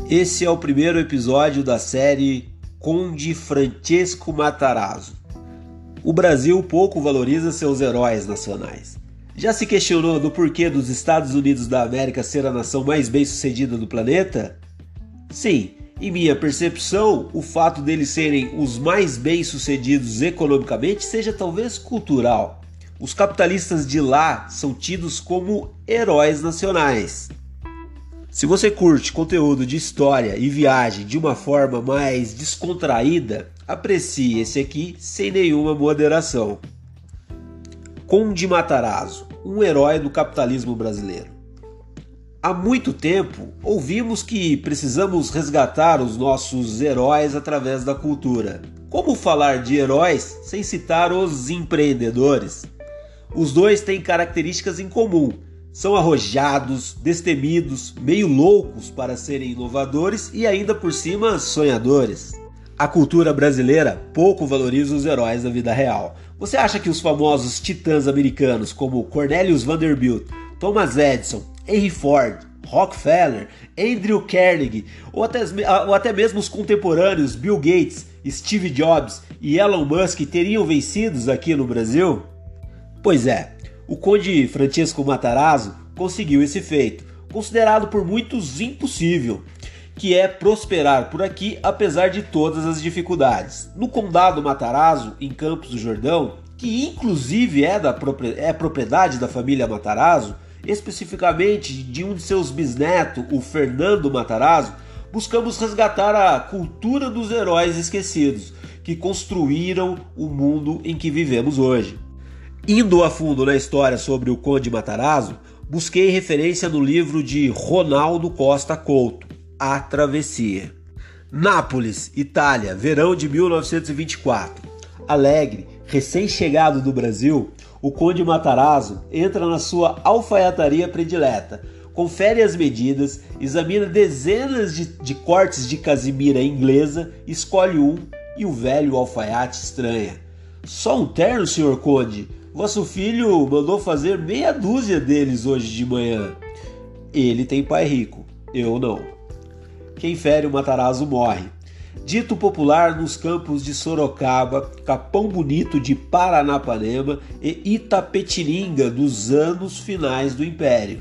Esse é o primeiro episódio da série Conde Francesco Matarazzo. O Brasil pouco valoriza seus heróis nacionais. Já se questionou do porquê dos Estados Unidos da América ser a nação mais bem-sucedida do planeta? Sim, em minha percepção, o fato deles serem os mais bem-sucedidos economicamente seja talvez cultural. Os capitalistas de lá são tidos como heróis nacionais. Se você curte conteúdo de história e viagem de uma forma mais descontraída, aprecie esse aqui sem nenhuma moderação. Conde Matarazzo, um herói do capitalismo brasileiro. Há muito tempo, ouvimos que precisamos resgatar os nossos heróis através da cultura. Como falar de heróis sem citar os empreendedores? Os dois têm características em comum. São arrojados, destemidos, meio loucos para serem inovadores e ainda por cima sonhadores. A cultura brasileira pouco valoriza os heróis da vida real. Você acha que os famosos titãs americanos como Cornelius Vanderbilt, Thomas Edison, Henry Ford, Rockefeller, Andrew Carnegie ou até mesmo os contemporâneos Bill Gates, Steve Jobs e Elon Musk teriam vencidos aqui no Brasil? Pois é. O Conde Francesco Matarazzo conseguiu esse feito, considerado por muitos impossível, que é prosperar por aqui apesar de todas as dificuldades. No Condado Matarazzo, em Campos do Jordão, que inclusive é propriedade da família Matarazzo, especificamente de um de seus bisnetos, o Fernando Matarazzo, buscamos resgatar a cultura dos heróis esquecidos, que construíram o mundo em que vivemos hoje. Indo a fundo na história sobre o Conde Matarazzo, busquei referência no livro de Ronaldo Costa Couto, A Travessia. Nápoles, Itália, verão de 1924. Alegre, recém-chegado do Brasil, o Conde Matarazzo entra na sua alfaiataria predileta, confere as medidas, examina dezenas de cortes de casimira inglesa, escolhe um e o velho alfaiate estranha. Só um terno, senhor Conde? Vosso filho mandou fazer meia dúzia deles hoje de manhã. Ele tem pai rico, eu não. Quem fere o Matarazzo morre. Dito popular nos campos de Sorocaba, Capão Bonito de Paranapanema e Itapetininga dos anos finais do Império.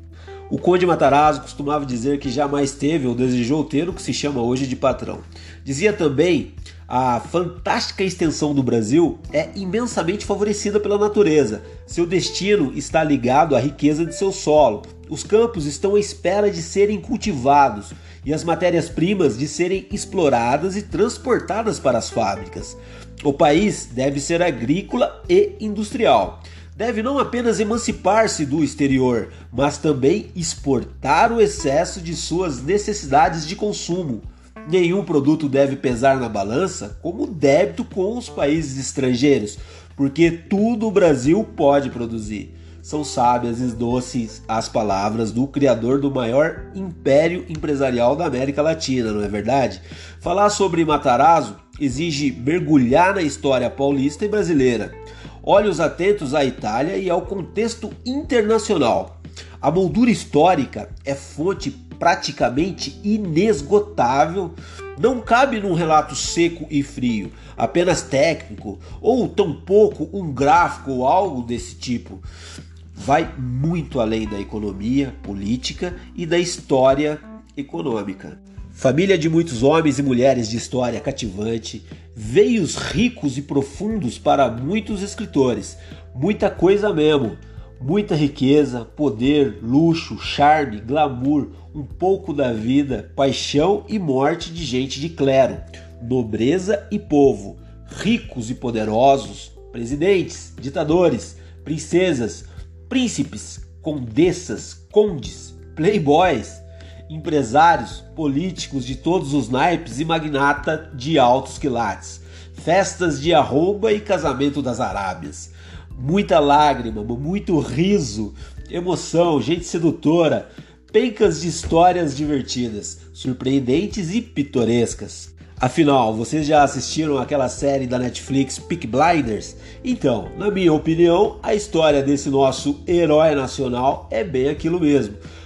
O Conde Matarazzo costumava dizer que jamais teve ou desejou ter o que se chama hoje de patrão. Dizia também: a fantástica extensão do Brasil é imensamente favorecida pela natureza. Seu destino está ligado à riqueza de seu solo. Os campos estão à espera de serem cultivados e as matérias-primas de serem exploradas e transportadas para as fábricas. O país deve ser agrícola e industrial. Deve não apenas emancipar-se do exterior, mas também exportar o excesso de suas necessidades de consumo. Nenhum produto deve pesar na balança como débito com os países estrangeiros, porque tudo o Brasil pode produzir. São sábias e doces as palavras do criador do maior império empresarial da América Latina, não é verdade? Falar sobre Matarazzo exige mergulhar na história paulista e brasileira. Olhos atentos à Itália e ao contexto internacional. A moldura histórica é fonte praticamente inesgotável, não cabe num relato seco e frio, apenas técnico, ou tampouco um gráfico ou algo desse tipo. Vai muito além da economia, política e da história econômica. Família de muitos homens e mulheres de história cativante, veios ricos e profundos para muitos escritores, muita coisa mesmo. Muita riqueza, poder, luxo, charme, glamour, um pouco da vida, paixão e morte de gente de clero, nobreza e povo, ricos e poderosos, presidentes, ditadores, princesas, príncipes, condessas, condes, playboys, empresários, políticos de todos os naipes e magnata de altos quilates, festas de arromba e casamento das Arábias. Muita lágrima, muito riso, emoção, gente sedutora, pencas de histórias divertidas, surpreendentes e pitorescas. Afinal, vocês já assistiram aquela série da Netflix Peaky Blinders? Então, na minha opinião, a história desse nosso herói nacional é bem aquilo mesmo.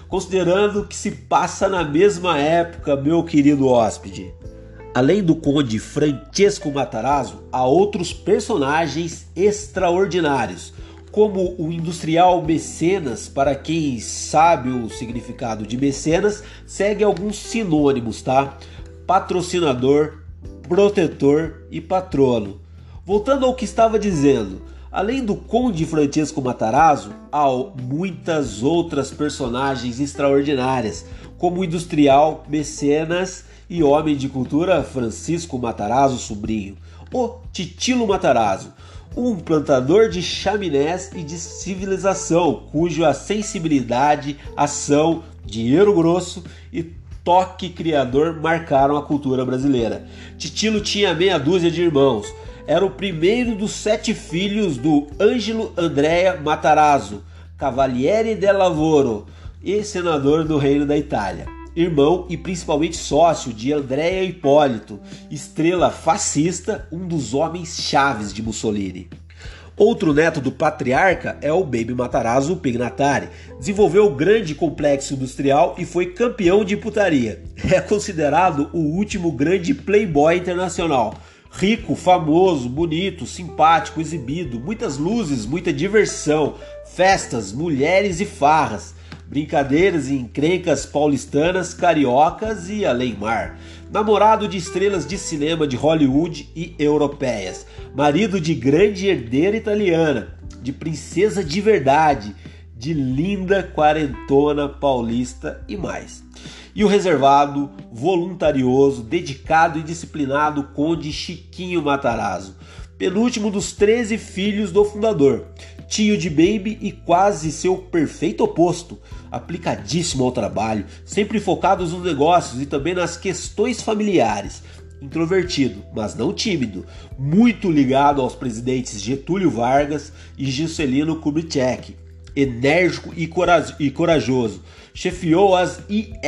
considerando que se passa na mesma época, meu querido hóspede. Além do conde Francesco Matarazzo, há outros personagens extraordinários, como o industrial Mecenas. Para quem sabe o significado de mecenas, segue alguns sinônimos, tá? Patrocinador, protetor e patrono. Voltando ao que estava dizendo, além do conde Francesco Matarazzo, há muitas outras personagens extraordinárias, como o industrial Mecenas e homem de cultura Francisco Matarazzo Sobrinho, o Titilo Matarazzo, um plantador de chaminés e de civilização, cuja sensibilidade, ação, dinheiro grosso e toque criador marcaram a cultura brasileira. Titilo tinha meia dúzia de irmãos. Era o primeiro dos 7 filhos do Ângelo Andrea Matarazzo, Cavaliere del Lavoro e senador do Reino da Itália. Irmão e principalmente sócio de Andrea Ippolito, estrela fascista, um dos homens chaves de Mussolini. Outro neto do patriarca é o Baby Matarazzo Pignatari. Desenvolveu o grande complexo industrial e foi campeão de putaria. É considerado o último grande playboy internacional. Rico, famoso, bonito, simpático, exibido, muitas luzes, muita diversão, festas, mulheres e farras. Brincadeiras e encrencas paulistanas, cariocas e além-mar. Namorado de estrelas de cinema de Hollywood e europeias. Marido de grande herdeira italiana, de princesa de verdade, de linda quarentona paulista e mais. E o reservado, voluntarioso, dedicado e disciplinado conde Chiquinho Matarazzo, penúltimo dos 13 filhos do fundador. Tio de Baby e quase seu perfeito oposto, aplicadíssimo ao trabalho, sempre focados nos negócios e também nas questões familiares. Introvertido, mas não tímido, muito ligado aos presidentes Getúlio Vargas e Juscelino Kubitschek. Enérgico e corajoso, chefiou as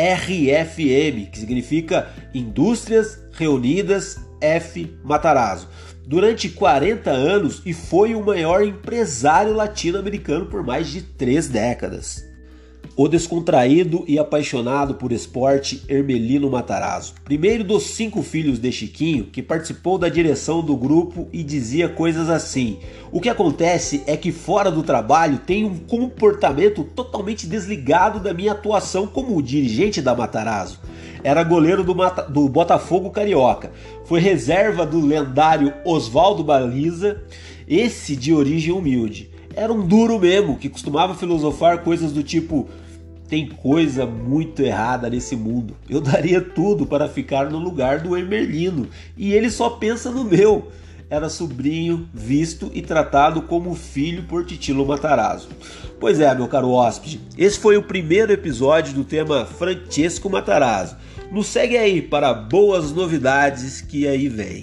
IRFM, que significa Indústrias Reunidas F. Matarazzo, durante 40 anos e foi o maior empresário latino-americano por mais de 3 décadas. O descontraído e apaixonado por esporte Hermelino Matarazzo, primeiro dos 5 filhos de Chiquinho, que participou da direção do grupo e dizia coisas assim: o que acontece é que fora do trabalho tem um comportamento totalmente desligado da minha atuação como dirigente da Matarazzo. Era goleiro do Botafogo Carioca, foi reserva do lendário Oswaldo Baliza, esse de origem humilde. Era um duro mesmo, que costumava filosofar coisas do tipo: tem coisa muito errada nesse mundo, eu daria tudo para ficar no lugar do Hermelino, e ele só pensa no meu. Era sobrinho, visto e tratado como filho por Titilo Matarazzo. Pois é, meu caro hóspede, esse foi o primeiro episódio do tema Francesco Matarazzo. Nos segue aí para boas novidades que aí vem.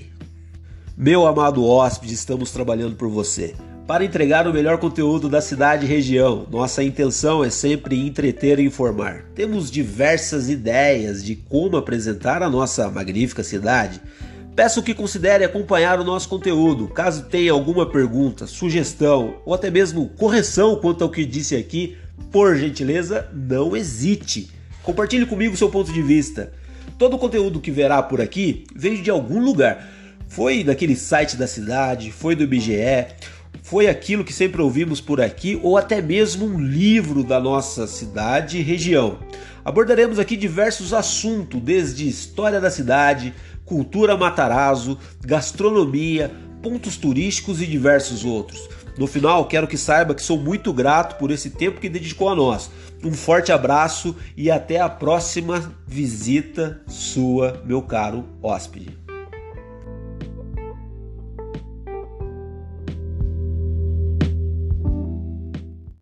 Meu amado hóspede, estamos trabalhando por você para entregar o melhor conteúdo da cidade e região. Nossa intenção é sempre entreter e informar. Temos diversas ideias de como apresentar a nossa magnífica cidade. Peço que considere acompanhar o nosso conteúdo. Caso tenha alguma pergunta, sugestão ou até mesmo correção quanto ao que disse aqui, por gentileza, não hesite. Compartilhe comigo o seu ponto de vista. Todo o conteúdo que verá por aqui veio de algum lugar. Foi daquele site da cidade, foi do IBGE, foi aquilo que sempre ouvimos por aqui ou até mesmo um livro da nossa cidade e região. Abordaremos aqui diversos assuntos, desde história da cidade, cultura Matarazzo, gastronomia, pontos turísticos e diversos outros. No final, quero que saiba que sou muito grato por esse tempo que dedicou a nós. Um forte abraço e até a próxima visita sua, meu caro hóspede.